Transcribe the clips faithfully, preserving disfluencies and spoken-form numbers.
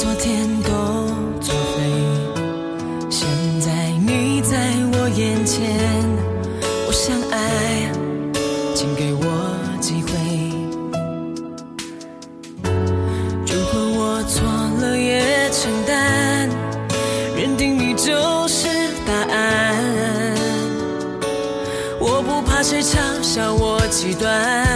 昨天都作废，现在你在我眼前，我想爱，请给我机会。如果我错了也承担，认定你就是答案，我不怕谁嘲笑我极端，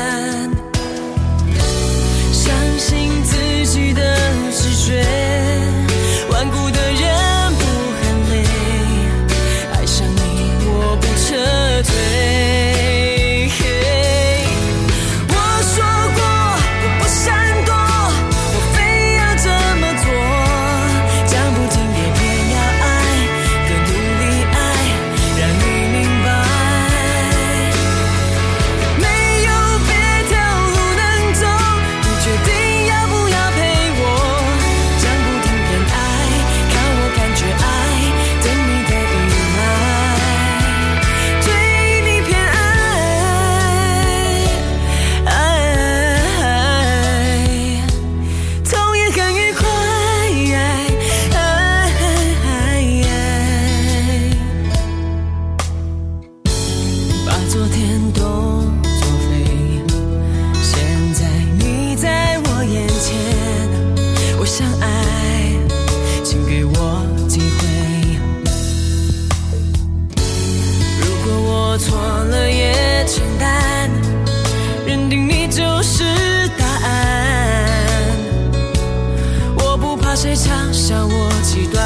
相信自己的直觉，顽固的人不喊累，爱上你我不撤退。谁嘲笑我极端，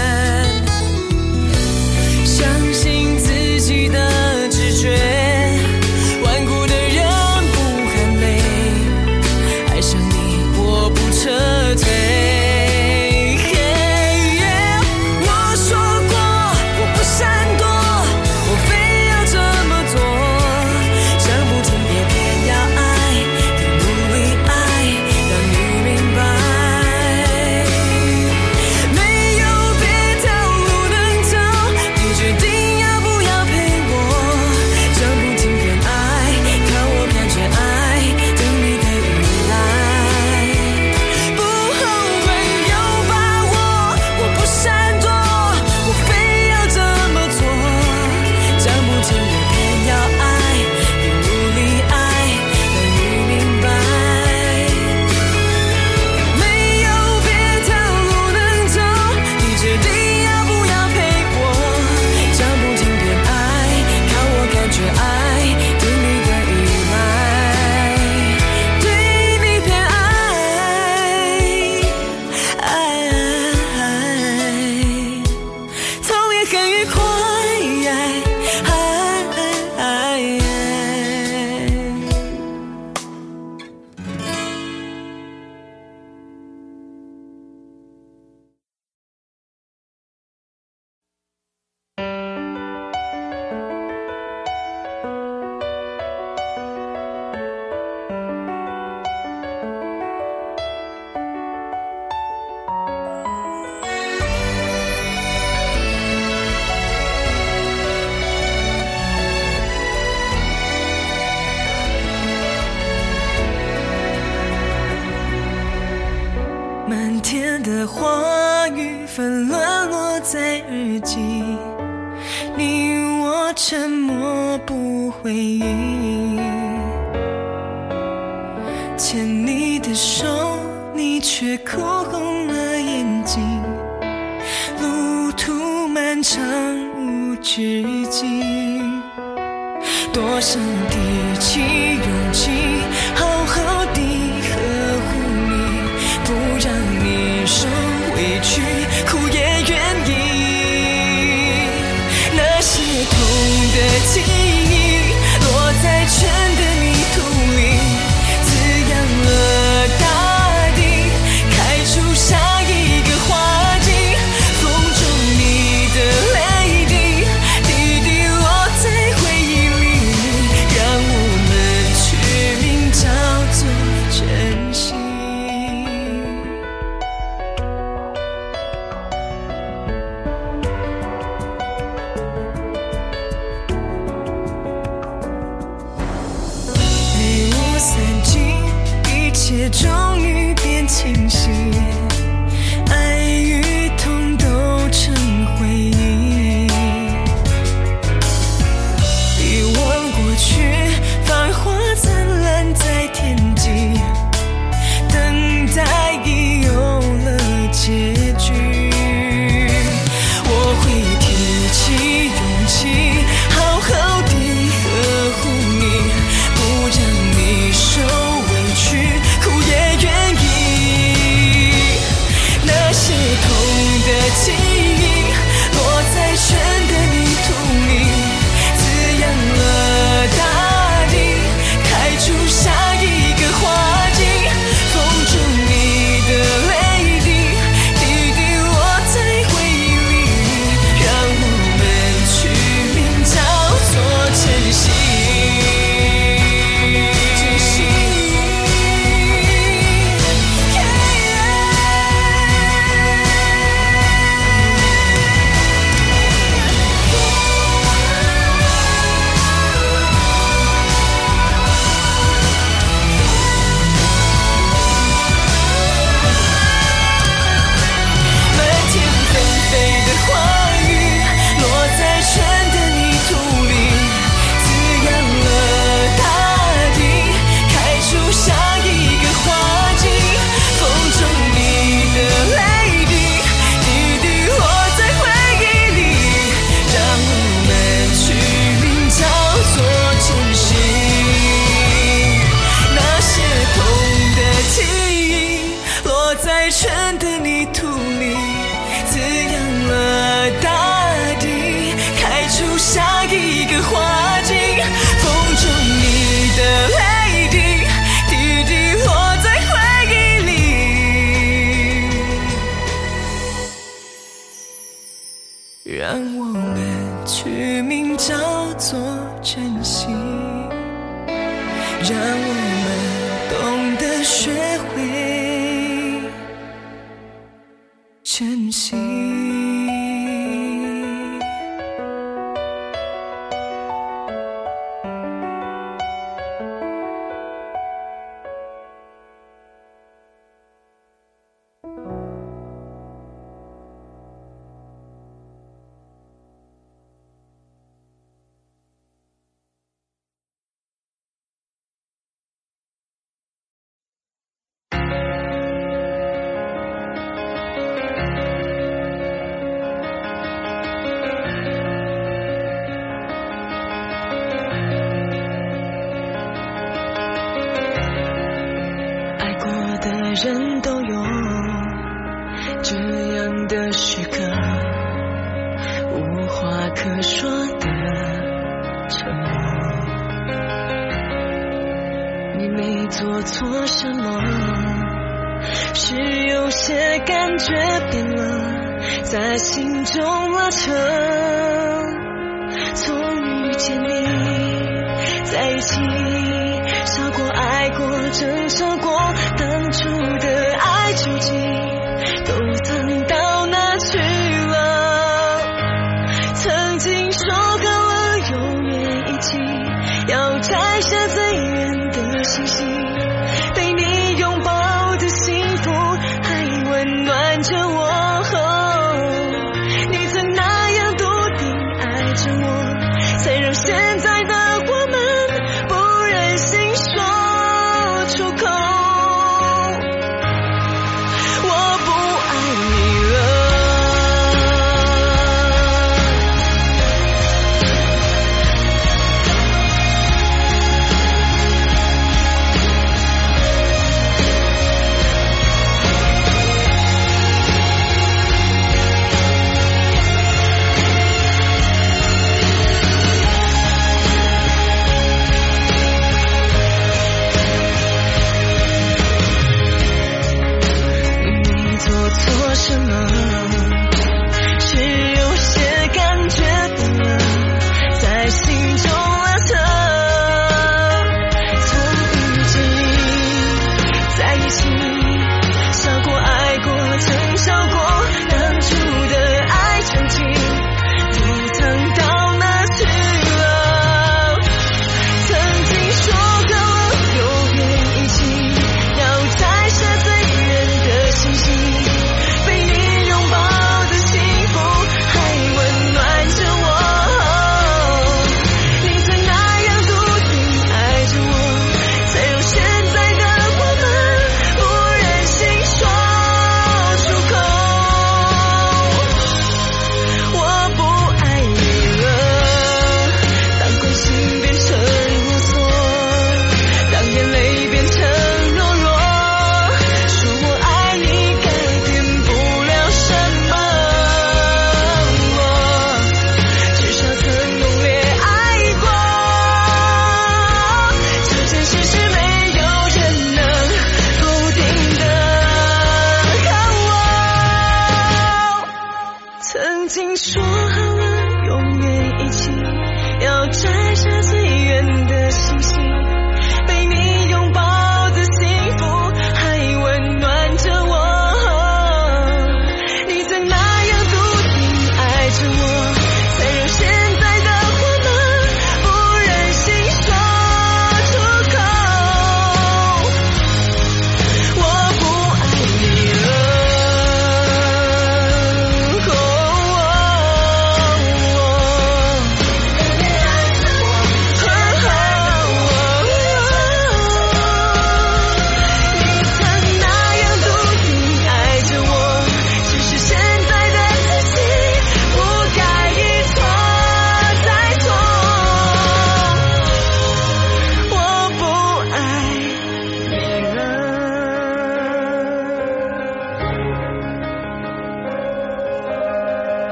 相信自己的直觉，顽固的人不喊累，爱上你我不撤退。漫天的话语纷乱落在耳际，你我沉默不回应，牵你的手你却哭红了眼睛，路途漫长无止境，多想提起勇气好好地呵护你，不让你受委屈，哭也愿意。那些痛的记忆落在春的泥土里，滋养了大地，开出下一个花季。风中你的泪滴滴滴落在回忆里，让我们去明让我们取名叫做珍惜，让我们懂得学会珍惜。 人都有这样的时刻，无话可说的沉默。你没做错什么，是有些感觉变了，在心中拉扯。从遇见你在一起，笑过爱过争吵过，当初的爱究竟都藏到哪去了？曾经说好了永远一起，要摘下最远的星星，被你拥抱的幸福还温暖着我。你曾那样笃定爱着我，才让现在的我们不忍心说出口。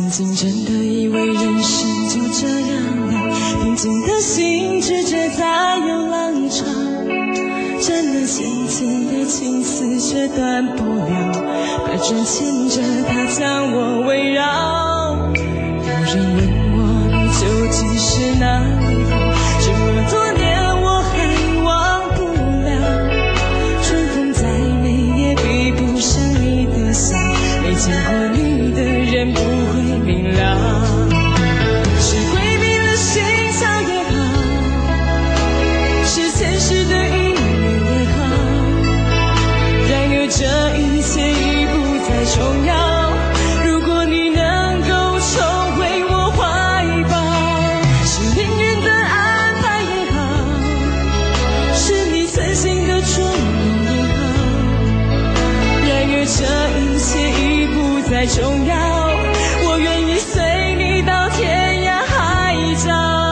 曾经真的以为人生就这样了，平静的心直觉在有浪潮，真的浅浅的情丝却断不了，百转牵着它将我围绕。有人问我你究竟是哪里好，这么多年我还忘不了，春风再美也比不上你的笑，没见过你的人不会明了，是规避了心跳也好，是前世的因缘也好，然而这一切已不再重要，如果你能够重回我怀抱，是命运的安排也好，是你存心的捉弄也好，然而这一切已不再重要，我愿意随你到天涯海角。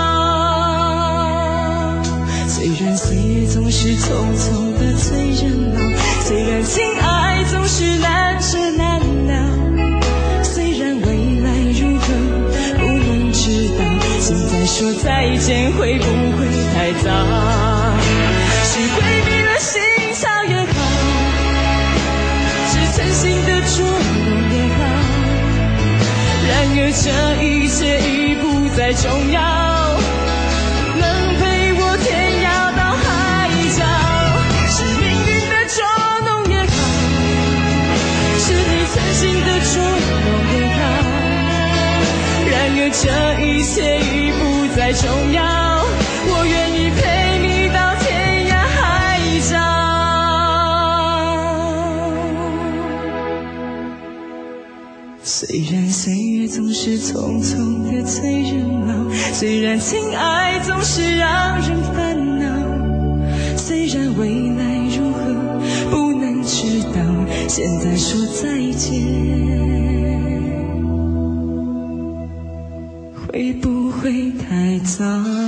虽然岁月总是匆匆的催人老，虽然情爱总是难舍难了，虽然未来如何不能知道，现在说再见会不会太早，是规避了心跳也好，是存心的捉弄也好，然而这一切已不再重要，能陪我天涯到海角，是命运的捉弄也好，是你存心的捉弄也好，然而这一切已不再重要，我愿意陪你到天涯海角。虽然岁月总是匆匆的催人老，虽然情爱总是让人烦恼，虽然未来如何不能知道，现在说再见会不会太早。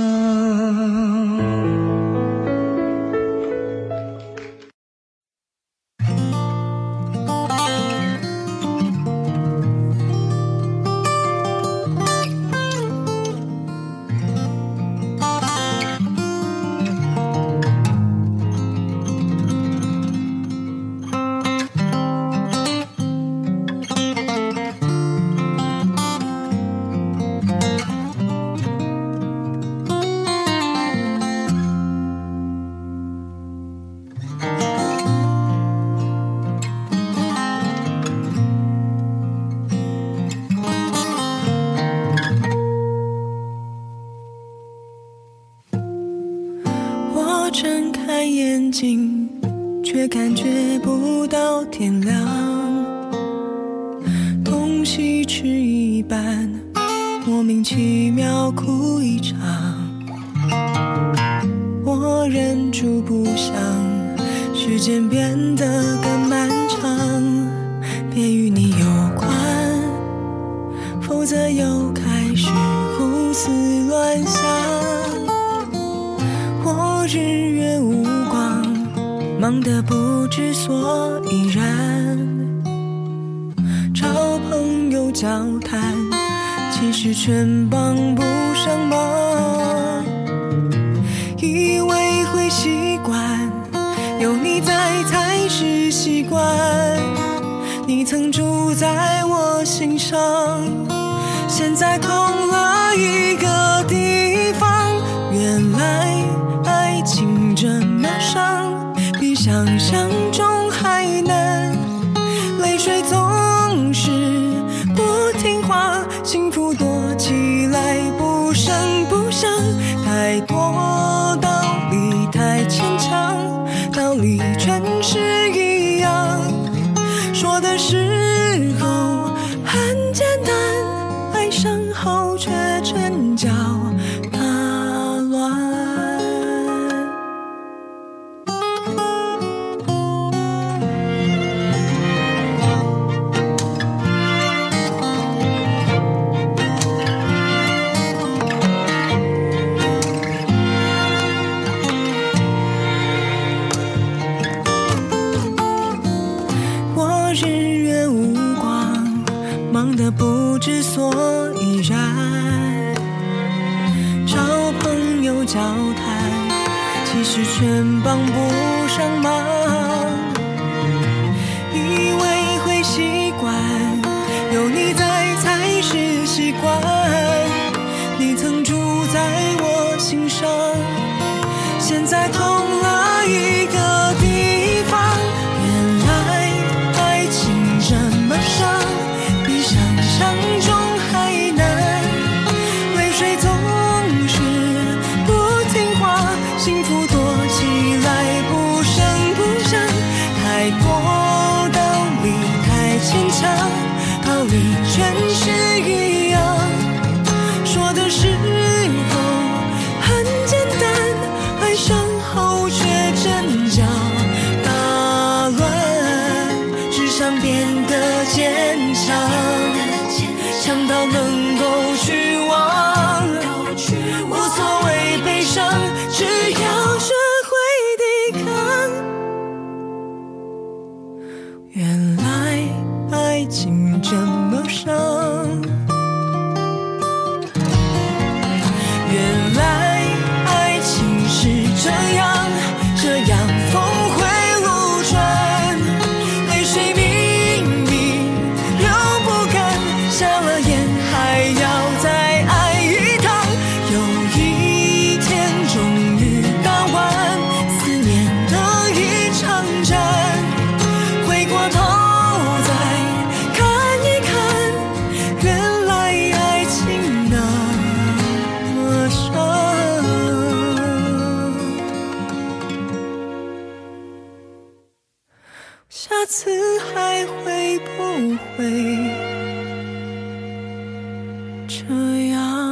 睁开眼睛，却感觉不到天亮，东西吃一半，莫名其妙哭一场，我忍住不想时间变得更漫长，别与你有关，否则又开始胡思乱想，我日月无光，忙得不知所以然，找朋友交谈，其实全帮不上忙，以为会习惯，有你在才是习惯，你曾住在我心上，现在空了一个地方，原来爱情这么伤，比想象中还难，泪水总是不听话，幸福躲起来不声不响，太多道理太牵强，道理全是一样，说的时候很简单，爱上后却阵脚大乱。我日月无光，忙得不知所依然，找朋友交谈，其实全帮不上忙。以为会习惯，有你在才是习惯。你曾住在我心上，现在同了一个地方。原来爱情这么伤，比想象中还难。泪水总是不听话，幸福躲起来不声不响。太多道理太牵强，道理全是一样。说的时候很简单，爱上后却阵脚大乱，只想变得坚强，强到能够去忘，无所谓悲伤，只要学会抵抗。原来爱情这么伤，原来爱情是这样，这样峰回路转。泪水明明流不干，瞎了眼还要再爱一趟。有一天终于打完思念的一场战，回过头再看一看，原来爱情那么伤。下次还会不会这样？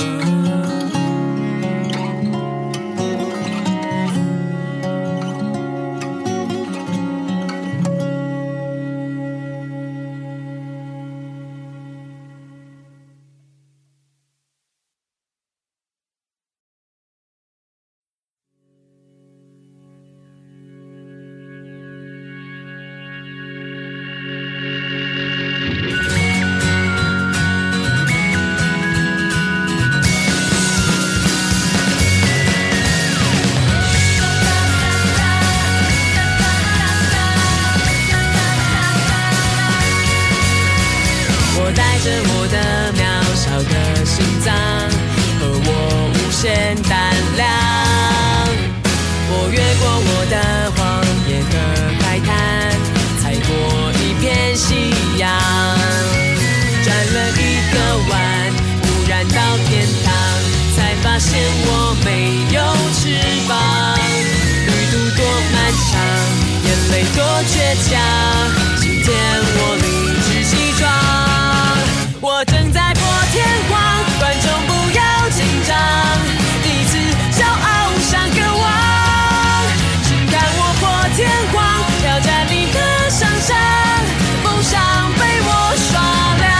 我带着我的渺小的心脏和我无限胆量，我越过我的谎言和海滩，踩过一片夕阳，转了一个弯，忽然到天堂，才发现我没有翅膀。旅途多漫长，眼泪多倔强，今天我理直气壮。我正在破天荒，观众不要紧张，第一次骄傲像个王，请看我破天荒，挑战你的想象，梦想被我刷亮。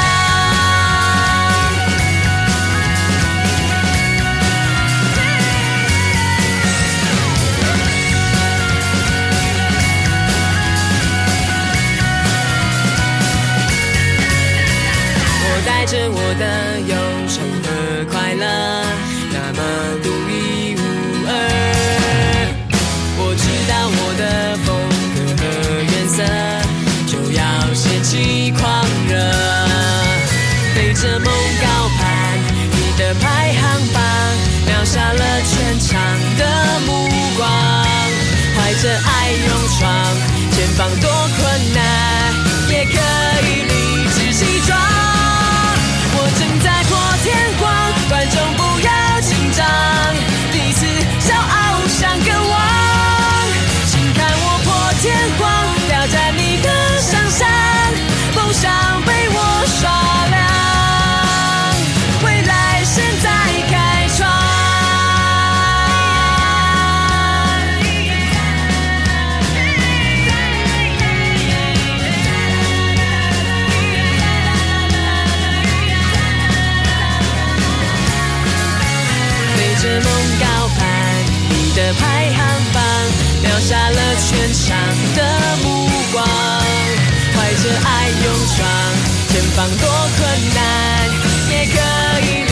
带着我的忧愁和快乐，那么独一无二。我知道我的风格和颜色，就要掀起狂热。背着梦高攀，你的排行榜秒杀了全场的目光。怀着爱勇闯，前方多困难，也可以理直气壮。我正在破天荒，观众不要紧张，第一次骄傲像个王，请看我破天荒，挑战你的想象，梦想被我刷亮，未来现在开创。着梦高攀，你的排行榜秒杀了全场的目光。怀着爱勇闯，前方多困难，也可以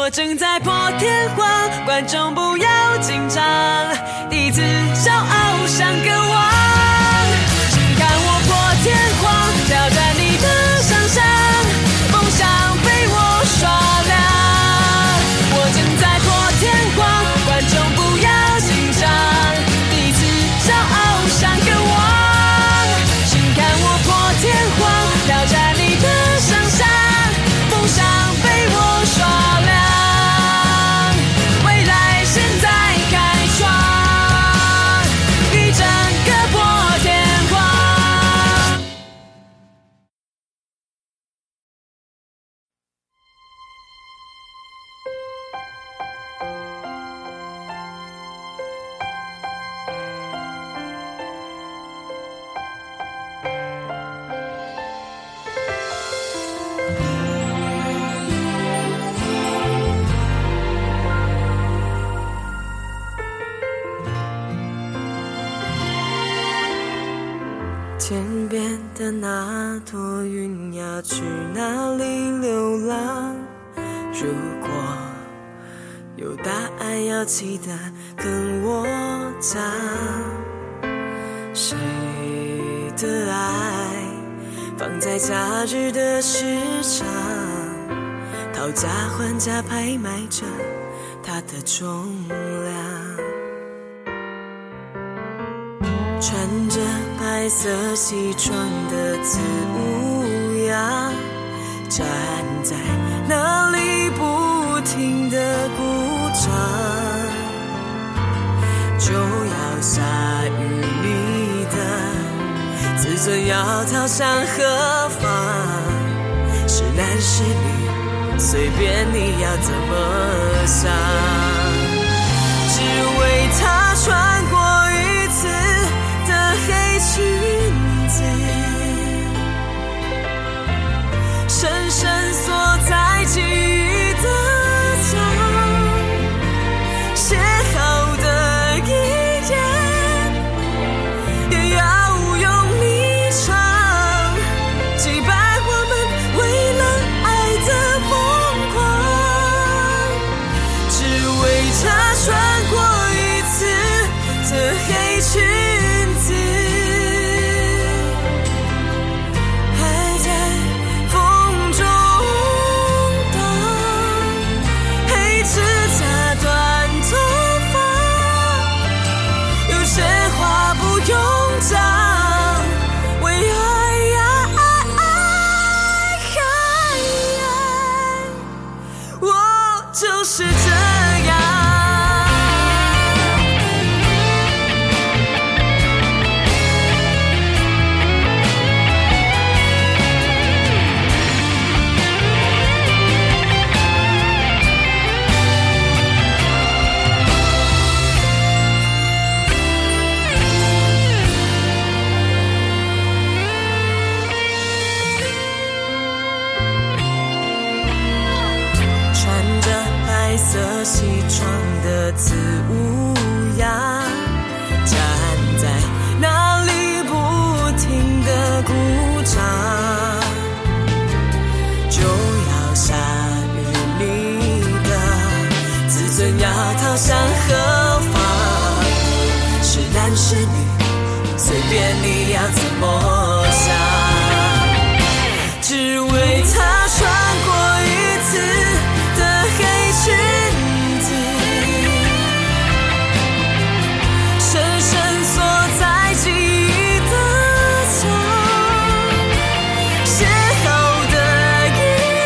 我正在破天荒，观众不要紧张，第一次骄傲像个王。请看我破天荒，挑战你的想象，梦想被我刷亮。我正在破天荒，观众不要紧张，第一次骄傲像个王。请看我破天荒，挑战你的想象，梦想被我刷亮。未来现在开创，一整个破天荒。 天边的那朵云要去哪里流浪？如果有答案，要记得跟我讲。谁的爱放在假日的市场，讨价还价拍卖着它的重量。穿着白色西装的字乌鸦，站在那里不停地鼓掌，就要下雨，你的自尊要逃向何方？是男是女，随便你要怎么想，只为他穿过一次黑裙子，深深锁在记忆的墙，写好的一页也要用你唱，击败我们为了爱的疯狂，只为他穿过一次这黑裙子，还在风中荡，黑指甲短头发，有些话不用讲，为爱我就是这样。白色西装的字乌鸦，站在那里不停地鼓掌，就要下雨，你的自尊要逃向何方？是男是女，随便你要怎么想，只为他穿过一次的黑裙子，深深锁在记忆的墙，写好的一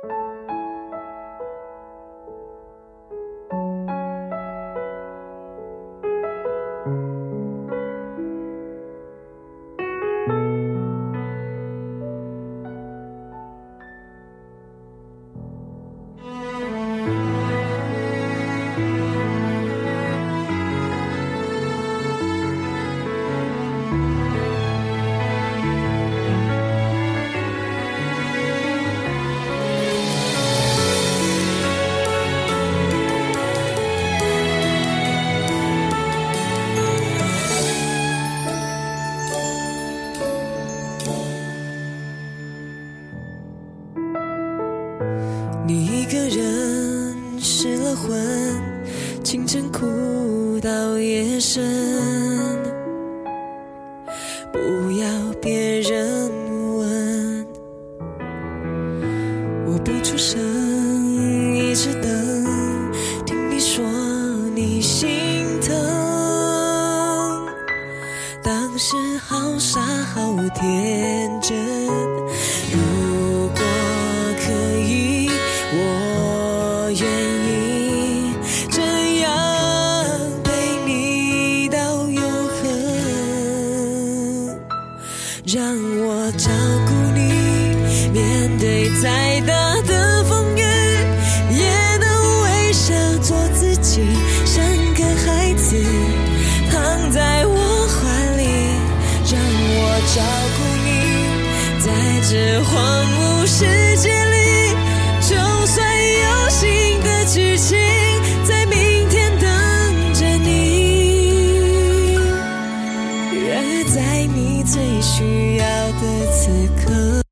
你一个人失了魂，清晨哭到夜深，不要别人问，我不出声，一直等，听你说你心疼。当时好傻好天真，如果可以我愿意这样陪你到永恒，让我照顾你，面对再大的风雨也能微笑做自己，像个孩子躺在我怀里，让我照顾你，在这荒芜世界里，就算有新的剧情在明天等着你，然而在你最需要的此刻，